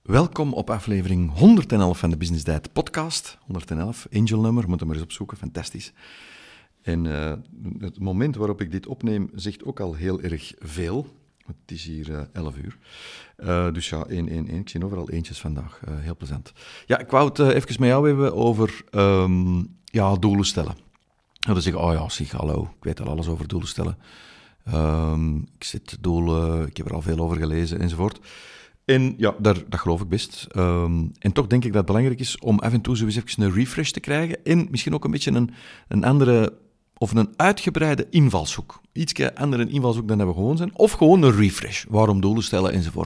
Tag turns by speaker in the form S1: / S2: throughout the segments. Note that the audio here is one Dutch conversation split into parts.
S1: Welkom op aflevering 111 van de Business Diet podcast. 111, angelnummer, moet hem maar eens opzoeken, fantastisch. En het moment waarop ik dit opneem zegt ook al heel erg veel. Het is hier 11 uur. Dus ja, 1. Ik zie overal eentjes vandaag. Heel plezant. Ja, ik wou het even met jou hebben over doelen stellen. En dan zeg hallo, ik weet al alles over doelen stellen. Ik zet doelen, ik heb er al veel over gelezen enzovoort. En ja, dat geloof ik best. En toch denk ik dat het belangrijk is om af en toe zo eens even een refresh te krijgen en misschien ook een beetje een andere of een uitgebreide invalshoek. Ietsje andere invalshoek dan dat we gewoon zijn. Of gewoon een refresh. Waarom doelen stellen enzovoort.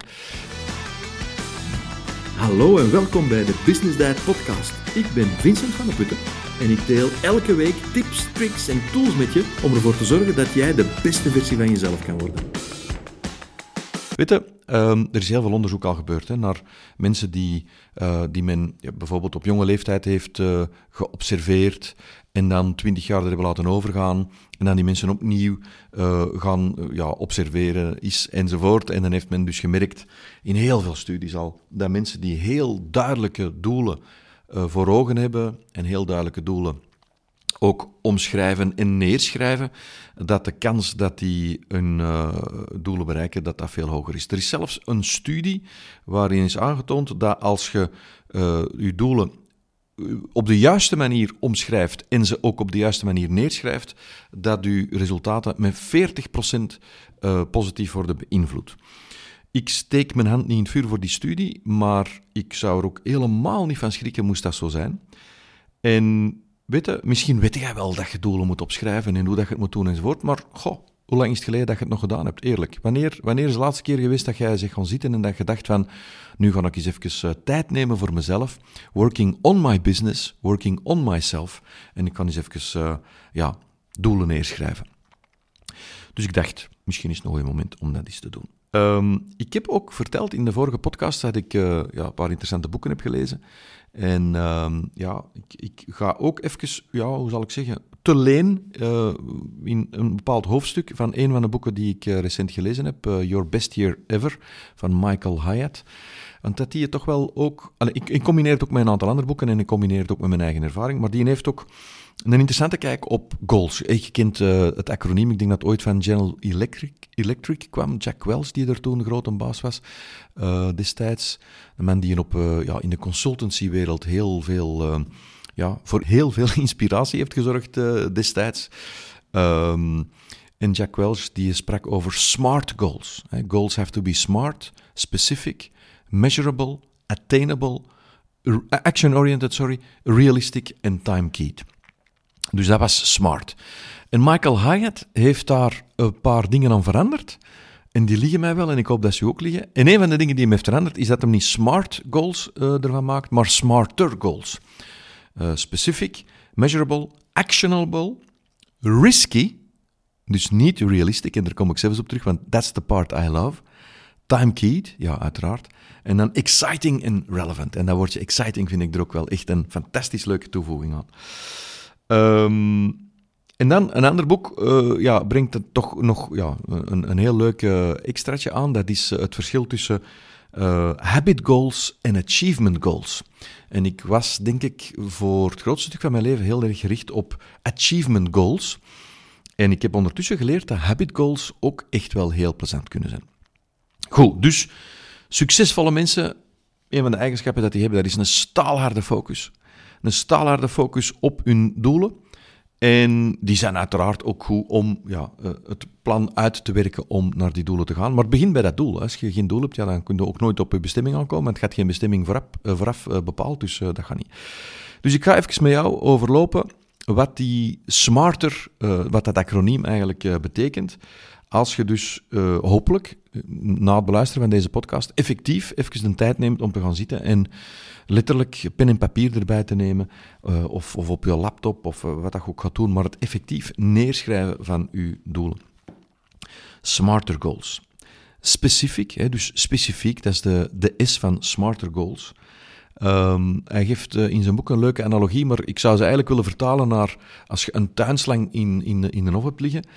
S1: Hallo en welkom bij de Business Diet podcast. Ik ben Vincent van der Putten en ik deel elke week tips, tricks en tools met je om ervoor te zorgen dat jij de beste versie van jezelf kan worden. Weet je, er is heel veel onderzoek al gebeurd naar mensen die men bijvoorbeeld op jonge leeftijd heeft geobserveerd en dan 20 jaar er hebben laten overgaan en dan die mensen opnieuw gaan observeren enzovoort. En dan heeft men dus gemerkt in heel veel studies al dat mensen die heel duidelijke doelen voor ogen hebben en heel duidelijke doelen ook omschrijven en neerschrijven, dat de kans dat die hun doelen bereiken, dat veel hoger is. Er is zelfs een studie waarin is aangetoond dat als je je doelen op de juiste manier omschrijft en ze ook op de juiste manier neerschrijft, dat je resultaten met 40% positief worden beïnvloed. Ik steek mijn hand niet in het vuur voor die studie, maar ik zou er ook helemaal niet van schrikken moest dat zo zijn. En misschien weet jij wel dat je doelen moet opschrijven en hoe dat je het moet doen enzovoort, maar hoe lang is het geleden dat je het nog gedaan hebt? Eerlijk. Wanneer is de laatste keer geweest dat jij zich gaan zitten en dat je dacht van, nu ga ik eens even tijd nemen voor mezelf, working on my business, working on myself, en ik ga eens even doelen neerschrijven. Dus ik dacht, misschien is het nog een moment om dat eens te doen. Ik heb ook verteld in de vorige podcast dat ik een paar interessante boeken heb gelezen. En ik ga ook even, hoe zal ik zeggen, te leen in een bepaald hoofdstuk van een van de boeken die ik recent gelezen heb, Your Best Year Ever, van Michael Hyatt. Want dat die het toch wel ook... Ik combineer het ook met een aantal andere boeken en ik combineer het ook met mijn eigen ervaring, maar die heeft ook een interessante kijk op goals. Je kent het acroniem, ik denk dat het ooit van General Electric kwam, Jack Welch, die er toen de grote baas was destijds. Een man die in de consultancywereld heel veel... voor heel veel inspiratie heeft gezorgd destijds. En Jack Welch die sprak over smart goals. Goals have to be smart, specific, measurable, attainable, action-oriented, realistic en time-keyed. Dus dat was smart. En Michael Hyatt heeft daar een paar dingen aan veranderd. En die liggen mij wel en ik hoop dat ze ook liggen. En een van de dingen die hem heeft veranderd is dat hij niet smart goals ervan maakt, maar smarter goals. Specific, measurable, actionable, risky, dus niet realistic, en daar kom ik zelfs op terug, want that's the part I love. Time-keyed, ja, uiteraard. En dan exciting en relevant. En dat woordje exciting vind ik er ook wel echt een fantastisch leuke toevoeging aan. En dan een ander boek brengt het toch nog een heel leuk extraatje aan. Dat is het verschil tussen habit goals en achievement goals. En ik was, denk ik, voor het grootste stuk van mijn leven heel erg gericht op achievement goals. En ik heb ondertussen geleerd dat habit goals ook echt wel heel plezant kunnen zijn. Goed, dus succesvolle mensen, een van de eigenschappen dat die hebben, dat is een staalharde focus. Een staalharde focus op hun doelen. En die zijn uiteraard ook goed om het plan uit te werken om naar die doelen te gaan. Maar het begint bij dat doel. Als je geen doel hebt, dan kun je ook nooit op je bestemming aankomen. Want het gaat geen bestemming vooraf bepaald, dus dat gaat niet. Dus ik ga even met jou overlopen wat die smarter, wat dat acroniem eigenlijk betekent. Als je dus hopelijk, na het beluisteren van deze podcast, effectief even de tijd neemt om te gaan zitten en letterlijk pen en papier erbij te nemen, of op je laptop, of wat dat je ook gaat doen, maar het effectief neerschrijven van je doelen. Smarter goals. Specific, dus specifiek, dat is de S van smarter goals. Hij geeft in zijn boek een leuke analogie, maar ik zou ze eigenlijk willen vertalen naar als je een tuinslang in de oven hebt liggen.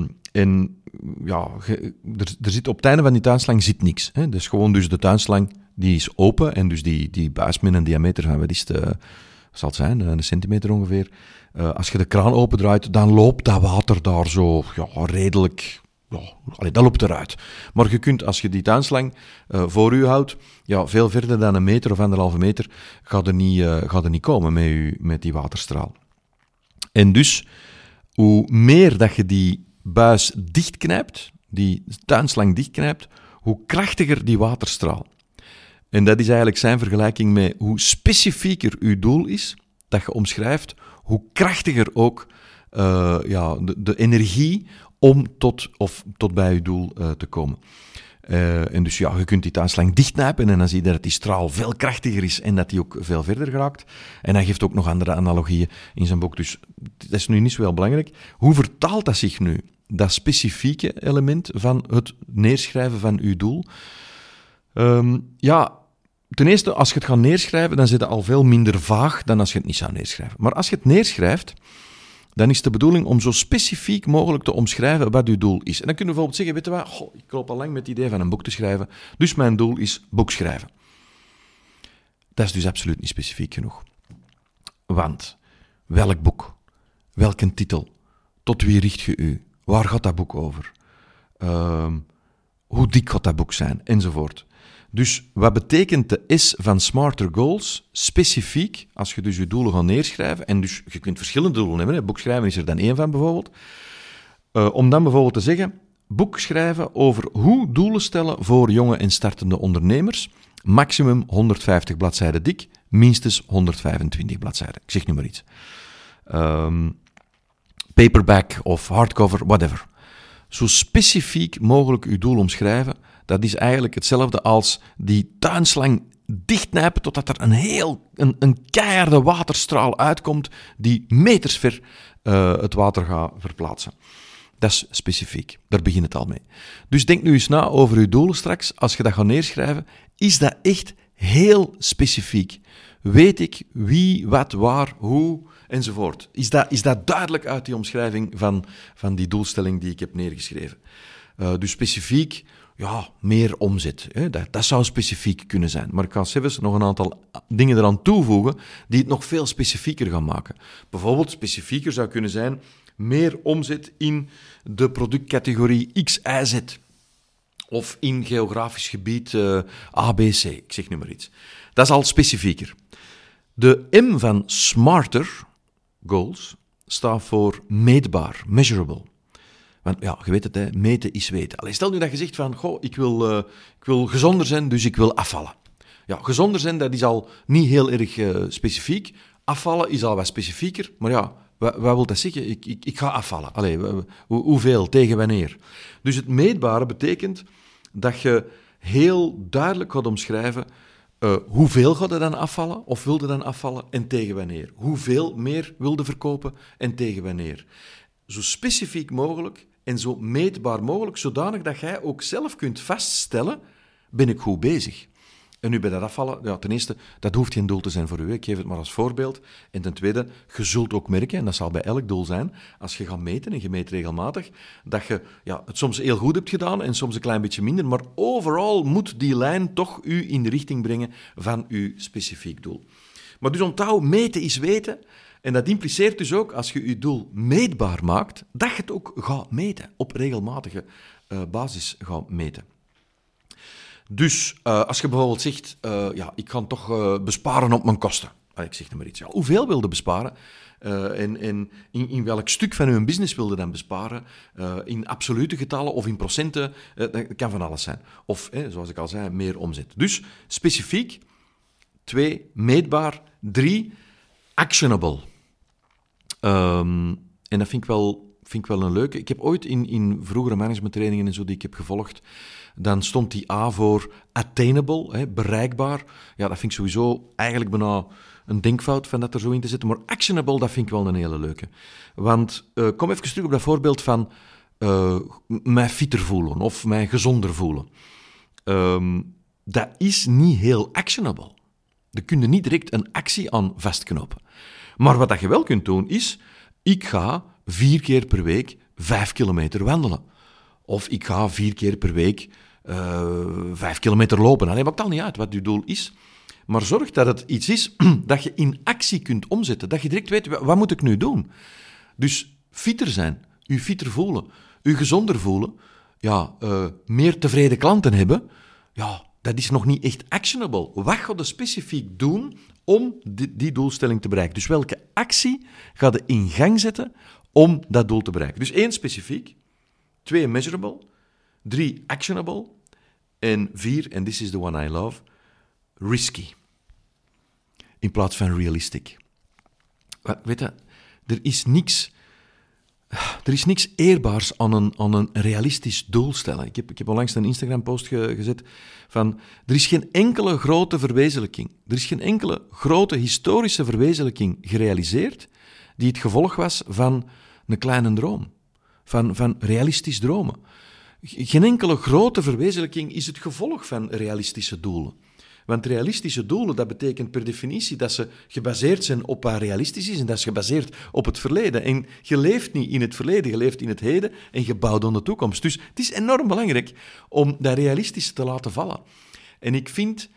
S1: En ja, er zit op het einde van die tuinslang zit niks. Hè? Dus gewoon dus de tuinslang die is open en dus die buis met een diameter van, wat zal het zijn, een centimeter ongeveer. Als je de kraan opendraait, dan loopt dat water daar zo redelijk... dat loopt eruit. Maar je kunt, als je die tuinslang voor u houdt, veel verder dan 1 meter of 1,5 meter, gaat er niet komen met die waterstraal. En dus, hoe meer dat je die buis dichtknijpt, die tuinslang dichtknijpt, hoe krachtiger die waterstraal. En dat is eigenlijk zijn vergelijking met hoe specifieker uw doel is, dat je omschrijft, hoe krachtiger ook de energie om tot bij je doel te komen. En dus je kunt die tuinslang dichtknijpen en dan zie je dat die straal veel krachtiger is en dat die ook veel verder geraakt. En hij geeft ook nog andere analogieën in zijn boek, dus dat is nu niet zo heel belangrijk. Hoe vertaalt dat zich nu, dat specifieke element van het neerschrijven van uw doel? Ten eerste, als je het gaat neerschrijven, dan zit het al veel minder vaag dan als je het niet zou neerschrijven. Maar als je het neerschrijft, dan is de bedoeling om zo specifiek mogelijk te omschrijven wat uw doel is. En dan kun je bijvoorbeeld zeggen, weet je wat, ik loop al lang met het idee van een boek te schrijven, dus mijn doel is boek schrijven. Dat is dus absoluut niet specifiek genoeg. Want, welk boek? Welke titel? Tot wie richt je u? Waar gaat dat boek over? Hoe dik gaat dat boek zijn? Enzovoort. Dus wat betekent de S van Smarter Goals? Specifiek, als je dus je doelen gaat neerschrijven, en dus je kunt verschillende doelen hebben, hè. Boekschrijven is er dan 1 van bijvoorbeeld, om dan bijvoorbeeld te zeggen, boek schrijven over hoe doelen stellen voor jonge en startende ondernemers, maximum 150 bladzijden dik, minstens 125 bladzijden. Ik zeg nu maar iets. Paperback of hardcover, whatever. Zo specifiek mogelijk uw doel omschrijven, dat is eigenlijk hetzelfde als die tuinslang dichtknijpen totdat er een keiharde waterstraal uitkomt die meters ver het water gaat verplaatsen. Dat is specifiek. Daar begint het al mee. Dus denk nu eens na over uw doelen straks. Als je dat gaat neerschrijven, is dat echt heel specifiek. Weet ik wie, wat, waar, hoe, enzovoort. Is dat duidelijk uit die omschrijving van die doelstelling die ik heb neergeschreven? Dus specifiek, meer omzet. Hè? Dat zou specifiek kunnen zijn. Maar ik ga zelfs nog een aantal dingen eraan toevoegen die het nog veel specifieker gaan maken. Bijvoorbeeld, specifieker zou kunnen zijn meer omzet in de productcategorie X, Y, Z. Of in geografisch gebied ABC. Ik zeg nu maar iets. Dat is al specifieker. De M van Smarter Goals staat voor meetbaar, measurable. Want je weet het, hè, meten is weten. Allee, stel nu dat je zegt van, ik wil gezonder zijn, dus ik wil afvallen. Ja, gezonder zijn, dat is al niet heel erg specifiek. Afvallen is al wat specifieker, maar wat wil dat zeggen? Ik ga afvallen. Allee, hoeveel, tegen wanneer? Dus het meetbare betekent dat je heel duidelijk gaat omschrijven hoeveel gaat er dan afvallen, of wilde dan afvallen, en tegen wanneer. Hoeveel meer wilde verkopen, en tegen wanneer. Zo specifiek mogelijk en zo meetbaar mogelijk, zodanig dat jij ook zelf kunt vaststellen, ben ik goed bezig? En nu bij dat afvallen, ten eerste, dat hoeft geen doel te zijn voor u. Ik geef het maar als voorbeeld. En ten tweede, je zult ook merken, en dat zal bij elk doel zijn, als je gaat meten, en je meet regelmatig, dat je het soms heel goed hebt gedaan en soms een klein beetje minder, maar overal moet die lijn toch u in de richting brengen van uw specifiek doel. Maar dus onthoud, meten is weten. En dat impliceert dus ook, als je je doel meetbaar maakt, dat je het ook gaat meten, op regelmatige basis gaat meten. Dus als je bijvoorbeeld zegt, ik ga toch besparen op mijn kosten. Ik zeg maar iets. Hoeveel wil je besparen? En in welk stuk van je business wil je dan besparen? In absolute getallen of in procenten? Dat kan van alles zijn. Of, zoals ik al zei, meer omzet. Dus specifiek. 2, meetbaar. 3, actionable. En dat vind ik wel een leuke. Ik heb ooit in vroegere managementtrainingen en zo die ik heb gevolgd, dan stond die A voor attainable, bereikbaar. Ja, dat vind ik sowieso eigenlijk bijna een denkfout van dat er zo in te zetten. Maar actionable, dat vind ik wel een hele leuke. Want kom even terug op dat voorbeeld van mij fitter voelen of mij gezonder voelen. Dat is niet heel actionable. Daar kun je niet direct een actie aan vastknopen. Maar wat je wel kunt doen is, ik ga 4 keer per week 5 kilometer wandelen. Of ik ga 4 keer per week 5 kilometer lopen. Dat maakt al niet uit wat je doel is. Maar zorg dat het iets is dat je in actie kunt omzetten. Dat je direct weet, wat moet ik nu doen? Dus fitter zijn, je fitter voelen, je gezonder voelen, meer tevreden klanten hebben, dat is nog niet echt actionable. Wat ga je specifiek doen om die doelstelling te bereiken? Dus welke actie ga je in gang zetten om dat doel te bereiken? Dus 1 specifiek, 2 measurable, 3 actionable en 4, en this is the one I love, risky. In plaats van realistic. Weet je, er is niks eerbaars aan een realistisch doel stellen. Ik heb onlangs een Instagram-post gezet van... Er is geen enkele grote verwezenlijking. Er is geen enkele grote historische verwezenlijking gerealiseerd die het gevolg was van een kleine droom. Van realistisch dromen. Geen enkele grote verwezenlijking is het gevolg van realistische doelen. Want realistische doelen, dat betekent per definitie dat ze gebaseerd zijn op wat realistisch is en dat is gebaseerd op het verleden. En je leeft niet in het verleden, je leeft in het heden en je bouwt aan de toekomst. Dus het is enorm belangrijk om dat realistische te laten vallen. En ik vind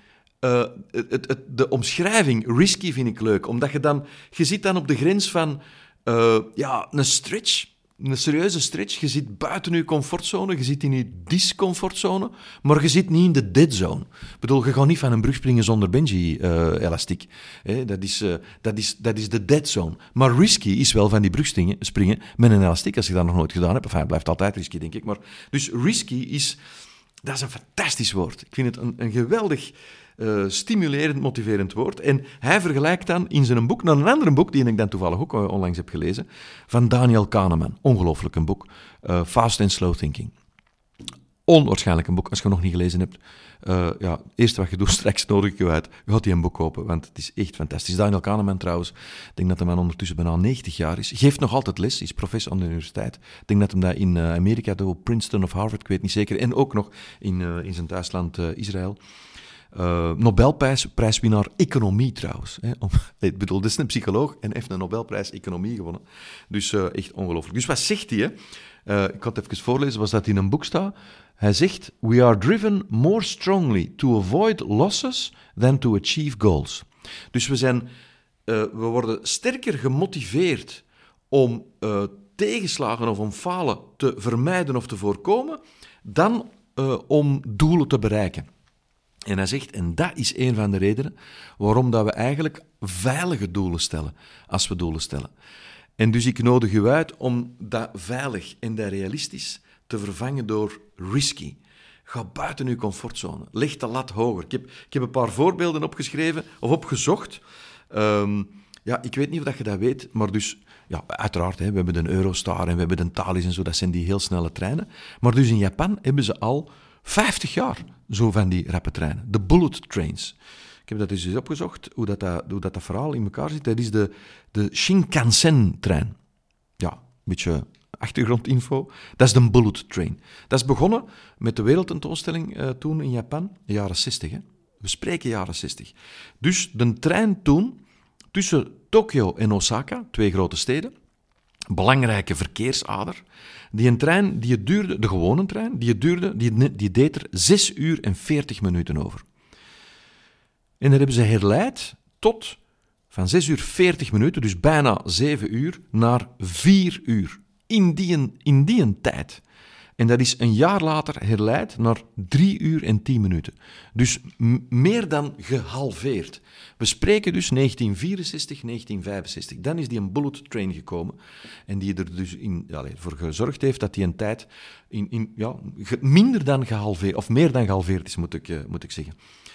S1: de omschrijving risky vind ik leuk, omdat je zit dan op de grens van een stretch. Een serieuze stretch. Je zit buiten je comfortzone, je zit in je discomfortzone, maar je zit niet in de dead zone. Ik bedoel, je gaat niet van een brug springen zonder bungee-elastiek. Dat is de dead zone. Maar risky is wel van die brug springen met een elastiek, als je dat nog nooit gedaan hebt. Enfin, het blijft altijd risky, denk ik. Maar, dus risky dat is een fantastisch woord. Ik vind het een geweldig... stimulerend, motiverend woord. En hij vergelijkt dan in zijn boek naar een ander boek, die ik dan toevallig ook onlangs heb gelezen, van Daniel Kahneman. Ongelooflijk een boek. Fast and Slow Thinking. Onwaarschijnlijk een boek, als je het nog niet gelezen hebt. Het eerste wat je doet, straks nodig ik je uit. Je gaat die een boek kopen, want het is echt fantastisch. Daniel Kahneman trouwens, ik denk dat de man ondertussen bijna 90 jaar is. Geeft nog altijd les, is professor aan de universiteit. Ik denk dat hij dat in Amerika doet, Princeton of Harvard, ik weet niet zeker. En ook nog in zijn thuisland Israël. Nobelprijswinnaar economie trouwens. Ik bedoel, dit is een psycholoog en heeft een Nobelprijs economie gewonnen. Dus echt ongelooflijk. Dus wat zegt hij? Ik had het even voorlezen, was dat in een boek staat. Hij zegt, we are driven more strongly to avoid losses than to achieve goals. Dus we worden sterker gemotiveerd om tegenslagen of om falen te vermijden of te voorkomen, dan om doelen te bereiken. En hij zegt, en dat is een van de redenen waarom dat we eigenlijk veilige doelen stellen, als we doelen stellen. En dus ik nodig u uit om dat veilig en dat realistisch te vervangen door risky. Ga buiten uw comfortzone. Leg de lat hoger. Ik heb een paar voorbeelden opgeschreven of opgezocht. Ik weet niet of je dat weet, maar dus... Ja, uiteraard, we hebben de Eurostar en we hebben de Thalys en zo, dat zijn die heel snelle treinen. Maar dus in Japan hebben ze al 50 jaar zo van die rappe treinen. De bullet trains. Ik heb dat dus eens opgezocht, hoe dat verhaal in elkaar zit. Dat is de Shinkansen-trein. Ja, een beetje achtergrondinfo. Dat is de bullet train. Dat is begonnen met de wereldtentoonstelling toen in Japan, de jaren 60. Hè. We spreken jaren 60. Dus de trein toen, tussen Tokio en Osaka, 2 grote steden, belangrijke verkeersader. Die trein, die duurde, de gewone trein, die deed er 6 uur en 40 minuten over. En dat hebben ze herleid tot van 6 uur 40 minuten, dus bijna 7 uur, naar 4 uur. In die tijd. En dat is een jaar later herleid naar 3 uur en 10 minuten. Dus meer dan gehalveerd. We spreken dus 1964, 1965. Dan is die een bullet train gekomen. En die er dus voor gezorgd heeft dat die een tijd minder dan gehalveerd, of meer dan gehalveerd is, moet ik zeggen.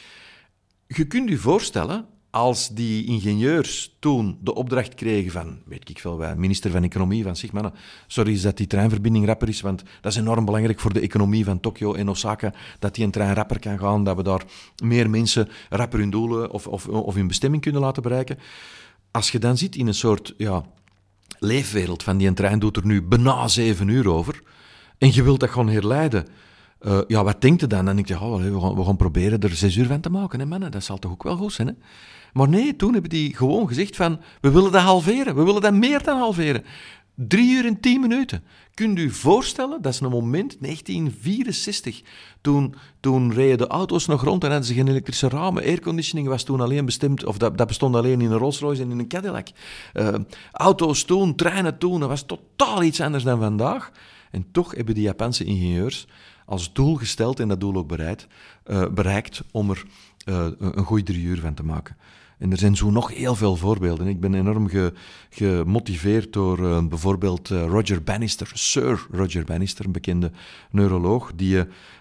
S1: Je kunt je voorstellen, als die ingenieurs toen de opdracht kregen van, weet ik veel, minister van Economie, van zeg mannen, sorry dat die treinverbinding rapper is, want dat is enorm belangrijk voor de economie van Tokio en Osaka, dat die een trein rapper kan gaan, dat we daar meer mensen rapper hun doelen of hun bestemming kunnen laten bereiken. Als je dan zit in een soort leefwereld van die een trein doet er nu bijna 7 uur over, en je wilt dat gewoon herleiden. Wat denkt je dan? Dan denk je, we gaan proberen er 6 uur van te maken. Hè, mannen? Dat zal toch ook wel goed zijn, hè? Maar nee, toen hebben die gewoon gezegd van, we willen dat halveren. We willen dat meer dan halveren. 3 uur en 10 minuten. Kunt u voorstellen, dat is een moment, 1964, toen reden de auto's nog rond en hadden ze geen elektrische ramen. Airconditioning was toen alleen bestemd, of dat bestond alleen in een Rolls-Royce en in een Cadillac. Auto's toen, treinen toen, dat was totaal iets anders dan vandaag. En toch hebben die Japanse ingenieurs als doel gesteld, en dat doel ook bereikt, om er een goeie 3 uur van te maken. En er zijn zo nog heel veel voorbeelden. Ik ben enorm gemotiveerd door bijvoorbeeld Roger Bannister, Sir Roger Bannister, een bekende neuroloog, die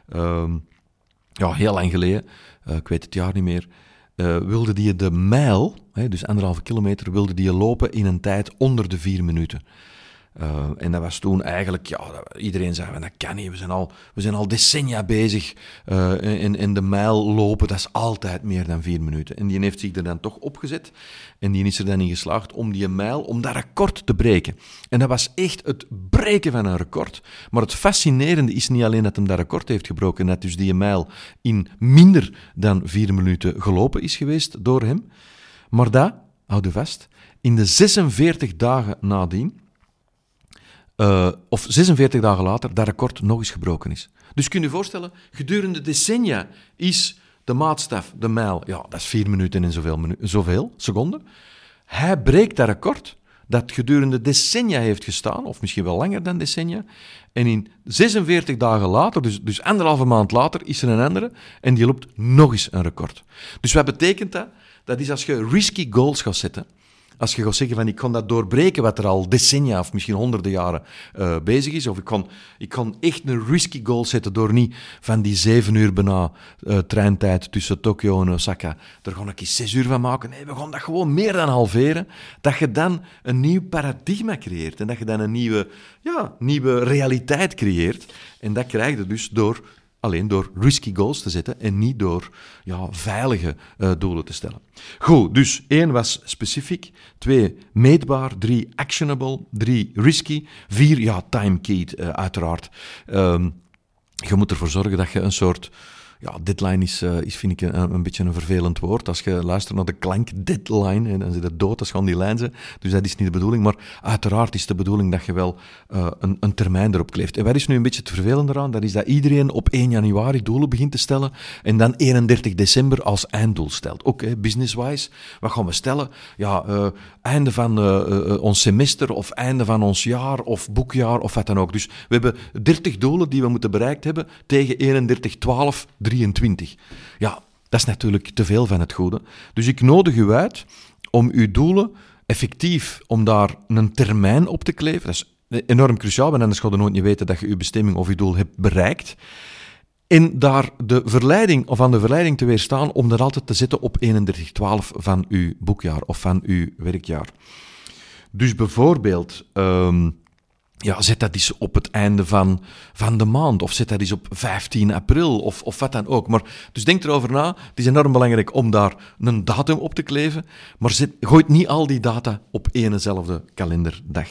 S1: heel lang geleden, ik weet het jaar niet meer, wilde die de mijl, dus 1,5 kilometer, wilde die lopen in een tijd onder de 4 minuten. En dat was toen eigenlijk, iedereen zei, dat kan niet, we zijn al decennia bezig en de mijl lopen, dat is altijd meer dan 4 minuten. En die heeft zich er dan toch opgezet en die is er dan in geslaagd om die mijl, om dat record te breken. En dat was echt het breken van een record. Maar het fascinerende is niet alleen dat hij dat record heeft gebroken, dat dus die mijl in minder dan 4 minuten gelopen is geweest door hem, maar dat, houd u vast, in de 46 dagen nadien, of 46 dagen later, dat record nog eens gebroken is. Dus kun je je voorstellen, gedurende decennia is de maatstaf, de mijl, dat is 4 minuten en zoveel seconden. Hij breekt dat record, dat gedurende decennia heeft gestaan, of misschien wel langer dan decennia. En in 46 dagen later, dus 1,5 maand later, is er een andere en die loopt nog eens een record. Dus wat betekent dat? Dat is als je risky goals gaat zetten, als je gaat zeggen van ik kan dat doorbreken wat er al decennia of misschien honderden jaren bezig is, of ik kan echt een risky goal zetten door niet van die 7 uur bijna treintijd tussen Tokio en Osaka, daar ga ik eens 6 uur van maken. Nee, we gaan dat gewoon meer dan halveren. Dat je dan een nieuw paradigma creëert en dat je dan een nieuwe realiteit creëert. En dat krijg je dus alleen door risky goals te zetten en niet door veilige doelen te stellen. Goed, dus 1 was specifiek, 2 meetbaar, 3 actionable, 3 risky, 4 time-keyed uiteraard. Je moet ervoor zorgen dat je een soort... deadline is vind ik een beetje een vervelend woord. Als je luistert naar de klank deadline, dan zit het dood, dat is gewoon die lijn zijn. Dus dat is niet de bedoeling. Maar uiteraard is de bedoeling dat je wel een termijn erop kleeft. En wat is nu een beetje het vervelende eraan? Dat is dat iedereen op 1 januari doelen begint te stellen en dan 31 december als einddoel stelt. Ook business-wise, wat gaan we stellen? Einde van ons semester of einde van ons jaar of boekjaar of wat dan ook. Dus we hebben 30 doelen die we moeten bereikt hebben tegen 31/12/23. Ja, dat is natuurlijk te veel van het goede. Dus ik nodig u uit om uw doelen effectief, om daar een termijn op te kleven. Dat is enorm cruciaal, want anders ga je nooit niet weten dat je uw bestemming of uw doel hebt bereikt. En daar aan de verleiding te weerstaan om dat altijd te zetten op 31/12 van uw boekjaar of van uw werkjaar. Dus bijvoorbeeld... zet dat eens op het einde van de maand, of zet dat eens op 15 april, of wat dan ook. Maar, dus denk erover na, het is enorm belangrijk om daar een datum op te kleven, maar gooit niet al die data op éénzelfde kalenderdag.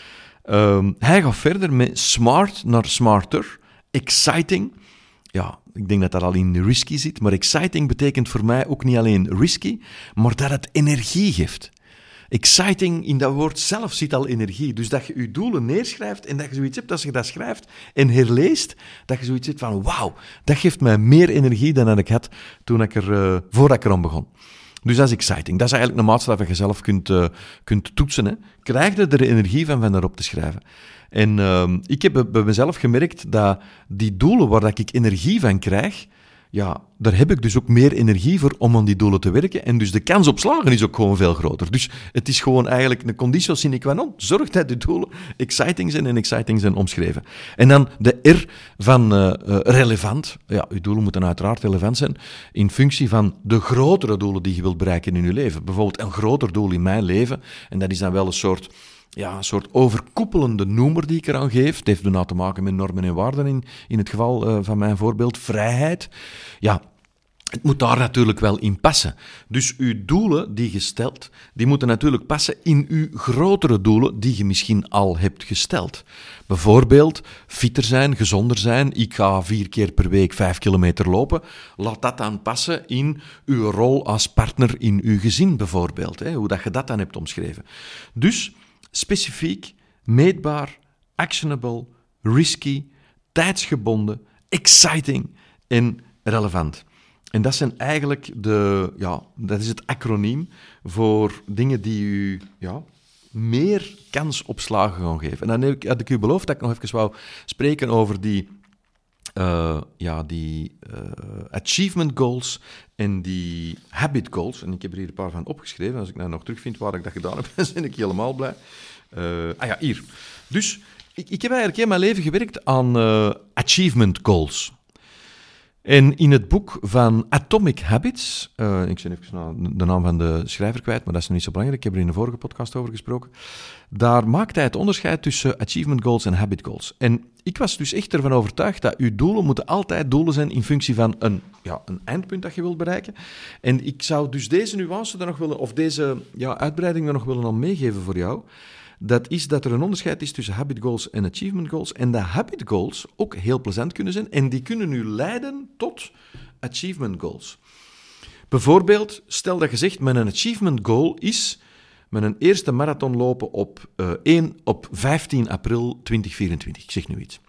S1: Hij gaat verder met smart naar smarter, exciting. Ja, ik denk dat dat al in risky zit, maar exciting betekent voor mij ook niet alleen risky, maar dat het energie geeft. Exciting, in dat woord zelf zit al energie. Dus dat je je doelen neerschrijft en dat je zoiets hebt, als je dat schrijft en herleest, dat je zoiets hebt van wauw, dat geeft mij meer energie dan dat ik had voordat ik eraan begon. Dus dat is exciting. Dat is eigenlijk een maatstaf dat je zelf kunt toetsen. Hè. Krijg je er energie van erop te schrijven? En ik heb bij mezelf gemerkt dat die doelen waar dat ik energie van krijg, daar heb ik dus ook meer energie voor om aan die doelen te werken. En dus de kans op slagen is ook gewoon veel groter. Dus het is gewoon eigenlijk een conditio sine qua non. Zorg dat de doelen exciting zijn en exciting zijn omschreven. En dan de R van relevant. Ja, uw doelen moeten uiteraard relevant zijn in functie van de grotere doelen die je wilt bereiken in je leven. Bijvoorbeeld een groter doel in mijn leven. En dat is dan wel een soort overkoepelende noemer die ik eraan geef. Het heeft nou te maken met normen en waarden in het geval van mijn voorbeeld. Vrijheid. Ja, het moet daar natuurlijk wel in passen. Dus uw doelen die je stelt, die moeten natuurlijk passen in uw grotere doelen die je misschien al hebt gesteld. Bijvoorbeeld fitter zijn, gezonder zijn. Ik ga 4 keer per week 5 kilometer lopen. Laat dat dan passen in uw rol als partner in uw gezin bijvoorbeeld. Hoe dat je dat dan hebt omschreven. Dus... specifiek, meetbaar, actionable, risky, tijdsgebonden, exciting en relevant. En dat zijn eigenlijk dat is het acroniem voor dingen die u meer kans op slagen gaan geven. En dan had ik u beloofd dat ik nog even wou spreken over die achievement goals en die habit goals. En ik heb er hier een paar van opgeschreven. Als ik nou nog terugvind waar ik dat gedaan heb, dan ben ik helemaal blij. Hier. Dus ik heb eigenlijk heel mijn leven gewerkt aan achievement goals. En in het boek van Atomic Habits, ik ben even de naam van de schrijver kwijt, maar dat is nog niet zo belangrijk, ik heb er in de vorige podcast over gesproken, daar maakt hij het onderscheid tussen achievement goals en habit goals. En ik was dus echt ervan overtuigd dat uw doelen moeten altijd doelen zijn in functie van een eindpunt dat je wilt bereiken. En ik zou dus deze nuance er nog willen, of deze uitbreiding er nog willen aan meegeven voor jou. Dat is dat er een onderscheid is tussen habit goals en achievement goals. En dat habit goals ook heel plezant kunnen zijn. En die kunnen u leiden tot achievement goals. Bijvoorbeeld, stel dat je zegt, mijn achievement goal is mijn eerste marathon lopen op 15 april 2024. Ik zeg nu iets.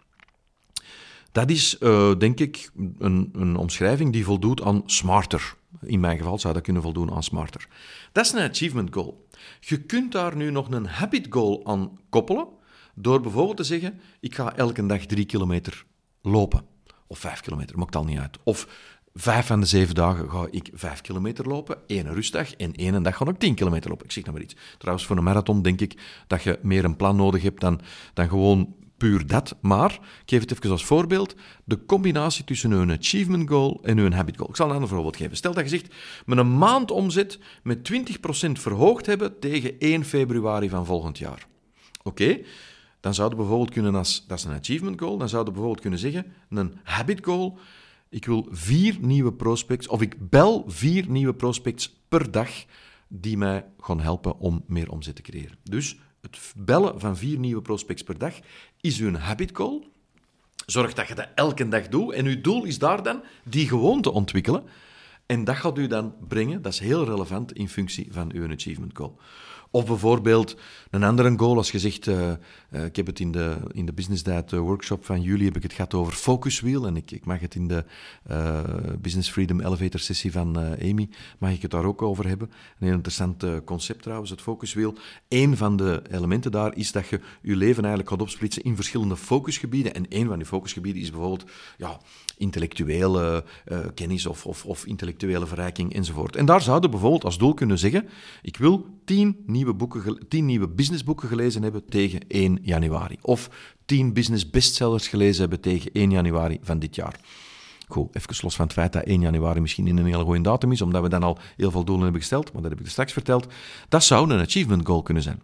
S1: Dat is, denk ik, een omschrijving die voldoet aan smarter. In mijn geval zou dat kunnen voldoen aan smarter. Dat is een achievement goal. Je kunt daar nu nog een habit goal aan koppelen, door bijvoorbeeld te zeggen, ik ga elke dag 3 kilometer lopen. Of 5 kilometer, maakt al niet uit. Of 5 van de 7 dagen ga ik 5 kilometer lopen, 1 rustdag en 1 dag ga ik 10 kilometer lopen. Ik zeg nog maar iets. Trouwens, voor een marathon denk ik dat je meer een plan nodig hebt dan gewoon puur dat. Maar, ik geef het even als voorbeeld, de combinatie tussen een achievement goal en een habit goal. Ik zal een ander voorbeeld geven. Stel dat je zegt, mijn maandomzet met 20% verhoogd hebben tegen 1 februari van volgend jaar. Oké, dan zouden we bijvoorbeeld kunnen, dat is een achievement goal, dan zouden we bijvoorbeeld kunnen zeggen, een habit goal, ik wil 4 nieuwe prospects, of ik bel 4 nieuwe prospects per dag die mij gaan helpen om meer omzet te creëren. Dus het bellen van 4 nieuwe prospects per dag is uw habit goal. Zorg dat je dat elke dag doet. En uw doel is daar dan die gewoonte ontwikkelen. En dat gaat u dan brengen, dat is heel relevant in functie van uw achievement goal. Of bijvoorbeeld een andere goal, als je zegt, ik heb het in de Business Diet workshop van juli heb ik het gehad over Focus Wheel, en ik mag het in de Business Freedom Elevator sessie van Amy, mag ik het daar ook over hebben. Een heel interessant concept trouwens, het Focus Wheel. Eén van de elementen daar is dat je je leven eigenlijk gaat opsplitsen in verschillende focusgebieden. En één van die focusgebieden is bijvoorbeeld intellectuele kennis of intellectuele verrijking enzovoort. En daar zouden bijvoorbeeld als doel kunnen zeggen, ik wil 10 nieuwe businessboeken gelezen hebben tegen 1 januari. Of 10 business bestsellers gelezen hebben tegen 1 januari van dit jaar. Goed, even los van het feit dat 1 januari misschien een hele goede datum is, omdat we dan al heel veel doelen hebben gesteld, maar dat heb ik er straks verteld. Dat zou een achievement goal kunnen zijn.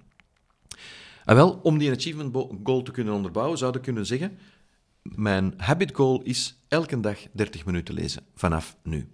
S1: En wel, om die achievement goal te kunnen onderbouwen, zou ik kunnen zeggen, mijn habit goal is elke dag 30 minuten lezen, vanaf nu.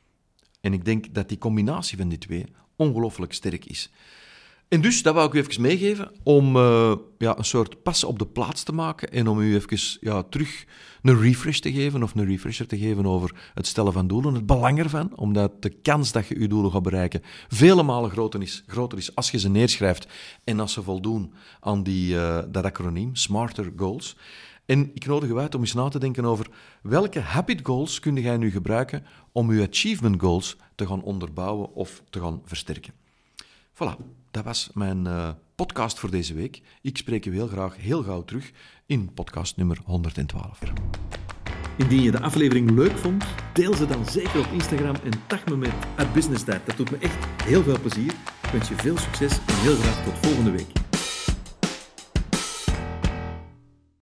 S1: En ik denk dat die combinatie van die twee ongelooflijk sterk is. En dus, dat wou ik u even meegeven, om een soort pas op de plaats te maken en om u even terug een refresh te geven, of een refresher te geven over het stellen van doelen, het belang ervan, omdat de kans dat je je doelen gaat bereiken vele malen groter is als je ze neerschrijft en als ze voldoen aan dat acroniem, Smarter Goals. En ik nodig u uit om eens na te denken over welke habit goals kun jij nu gebruiken om uw achievement goals te gaan onderbouwen of te gaan versterken. Voilà, dat was mijn podcast voor deze week. Ik spreek u heel graag heel gauw terug in podcast nummer 112.
S2: Indien je de aflevering leuk vond, deel ze dan zeker op Instagram en tag me met @businessdiet. Dat doet me echt heel veel plezier. Ik wens je veel succes en heel graag tot volgende week.